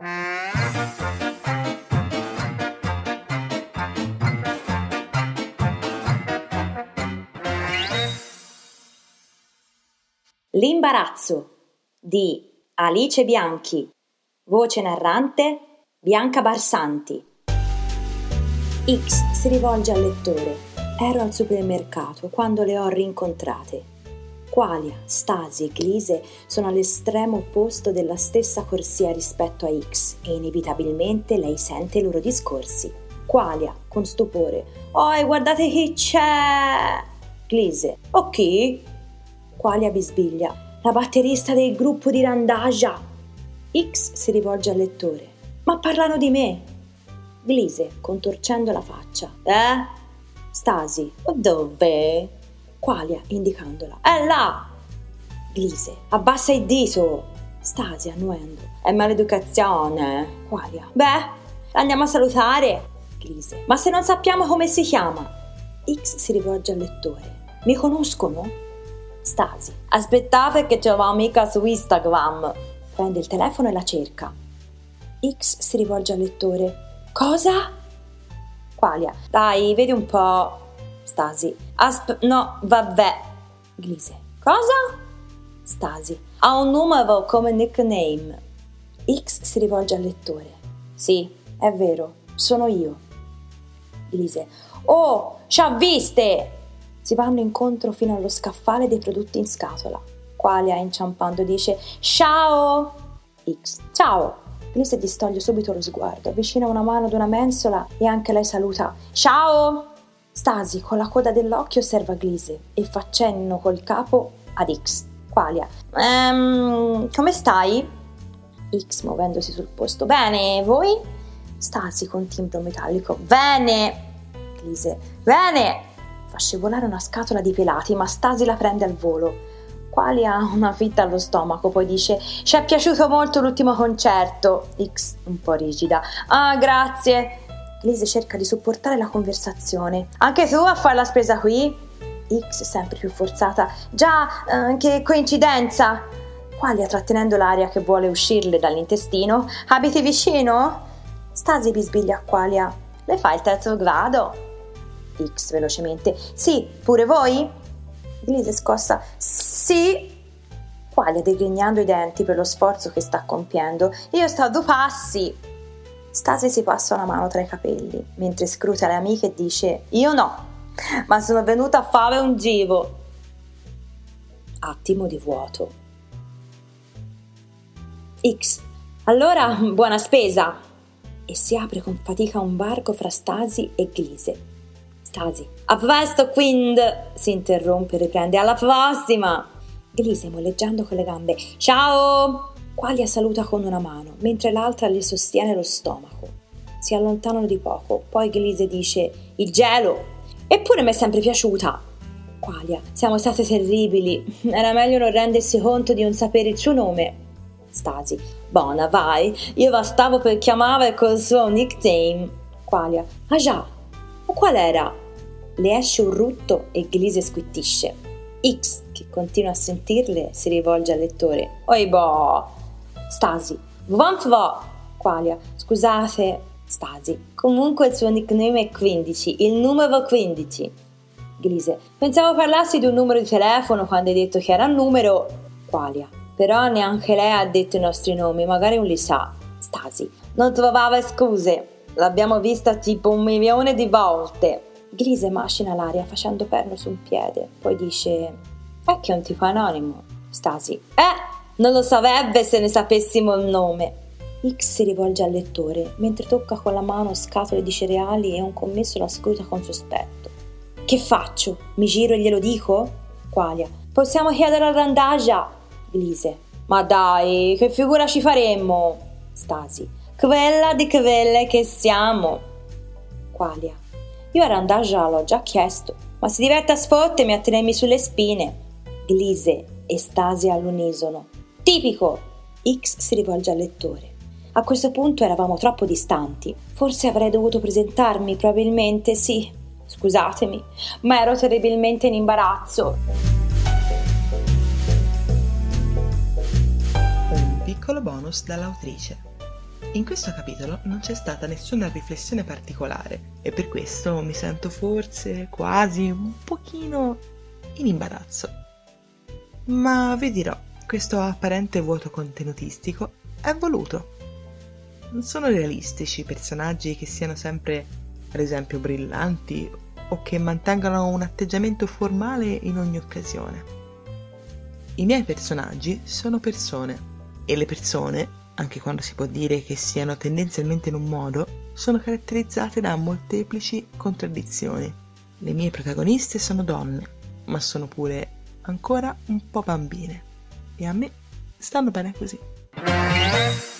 L'imbarazzo di Alice Bianchi, voce narrante Bianca Barsanti. X si rivolge al lettore. Ero al supermercato quando le ho rincontrate. Qualia, Stasi e Glise sono all'estremo opposto della stessa corsia rispetto a X e inevitabilmente lei sente i loro discorsi. Qualia, con stupore: «Oh, guardate chi c'è!» Glise: «Oh, chi?» Qualia bisbiglia: «La batterista del gruppo di Randaja!» X si rivolge al lettore: «Ma parlano di me!» Glise, contorcendo la faccia: Stasi: «Dove?» Qualia, indicandola: «È là!» Glise: «Abbassa il dito!» Stasi, annuendo: «È maleducazione!» Qualia: «Beh, andiamo a salutare!» Glise: «Ma se non sappiamo come si chiama?» X si rivolge al lettore: «Mi conoscono?» Stasi: «Aspettate che ce l'ho amica su Instagram!» Prende il telefono e la cerca. X si rivolge al lettore: «Cosa?» Qualia: «Dai, vedi un po'!» Stasi: «No, vabbè!» Glise: «Cosa?» Stasi: «Ha un numero come nickname!» X si rivolge al lettore: «Sì, è vero, sono io!» Glise: «Oh, ci ha viste!» Si vanno incontro fino allo scaffale dei prodotti in scatola. Qualia, inciampando, dice: «Ciao!» X: «Ciao!» Glise distoglie subito lo sguardo, avvicina una mano ad una mensola e anche lei saluta: «Ciao!» Stasi, con la coda dell'occhio, osserva Glise e fa cenno col capo ad X. Qualia: «Come stai?» X, muovendosi sul posto: «Bene, voi?» Stasi, con timbro metallico: «Bene!» Glise: «Bene!» Fa scivolare una scatola di pelati, ma Stasi la prende al volo. Qualia ha una fitta allo stomaco, poi dice: «Ci è piaciuto molto l'ultimo concerto!» X, un po' rigida: «Ah, grazie!» Glise cerca di supportare la conversazione: «Anche tu a fare la spesa qui?» X, sempre più forzata: «Già, che coincidenza!» Qualia, trattenendo l'aria che vuole uscirle dall'intestino: «Abiti vicino?» Stasi bisbiglia a Qualia: «Le fai il terzo grado?» X, velocemente: «Sì, pure voi?» Glise, scossa: «Sì!» Qualia, degrignando i denti per lo sforzo che sta compiendo: «Io sto a 2 passi!» Stasi si passa una mano tra i capelli, mentre scruta le amiche e dice: «Io no, ma sono venuta a fare un giro!» Attimo di vuoto. X: «Allora, buona spesa!» E si apre con fatica un varco fra Stasi e Glise. Stasi: «A presto, quindi!» Si interrompe e riprende: «Alla prossima!» Glise, molleggiando con le gambe: «Ciao!» Qualia saluta con una mano, mentre l'altra le sostiene lo stomaco. Si allontanano di poco, poi Glise dice: «Il gelo!» «Eppure mi è sempre piaciuta!» Qualia: «Siamo state terribili, era meglio non rendersi conto di non sapere il suo nome!» Stasi: «Buona, vai, io la stavo per chiamare col suo nickname!» Qualia: «Ah già, o qual era?» Le esce un rutto e Glise squittisce. X, che continua a sentirle, si rivolge al lettore: «Oi boh!» Stasi: «Vont va!» Qualia: «Scusate!» Stasi: «Comunque il suo nickname è 15, il numero 15!» Glise: «Pensavo parlassi di un numero di telefono quando hai detto che era un numero!» Qualia: «Però neanche lei ha detto i nostri nomi, magari non li sa!» Stasi: «Non trovava scuse, l'abbiamo vista tipo 1 milione di volte!» Glise macina l'aria facendo perno su un piede, poi dice: «È che è un tipo anonimo!» Stasi: non lo sarebbe se ne sapessimo il nome!» X si rivolge al lettore, mentre tocca con la mano scatole di cereali e un commesso la scruta con sospetto. «Che faccio? Mi giro e glielo dico?» Qualia: «Possiamo chiedere a Randaja!» Glise: «Ma dai, che figura ci faremmo?» Stasi: «Quella di quelle che siamo!» Qualia: «Io a Randaja l'ho già chiesto, ma si diverte a sfottermi, a tenermi sulle spine!» Glise e Stasi all'unisono: «Tipico!» X si rivolge al lettore: «A questo punto eravamo troppo distanti, forse avrei dovuto presentarmi, probabilmente sì, scusatemi, ma ero terribilmente in imbarazzo!» Un piccolo bonus dall'autrice. In questo capitolo non c'è stata nessuna riflessione particolare e per questo mi sento forse quasi un pochino in imbarazzo. Ma vi dirò, questo apparente vuoto contenutistico è voluto. Non sono realistici personaggi che siano sempre, ad esempio, brillanti o che mantengano un atteggiamento formale in ogni occasione. I miei personaggi sono persone e le persone, anche quando si può dire che siano tendenzialmente in un modo, sono caratterizzate da molteplici contraddizioni. Le mie protagoniste sono donne, ma sono pure ancora un po' bambine e a me stanno bene così.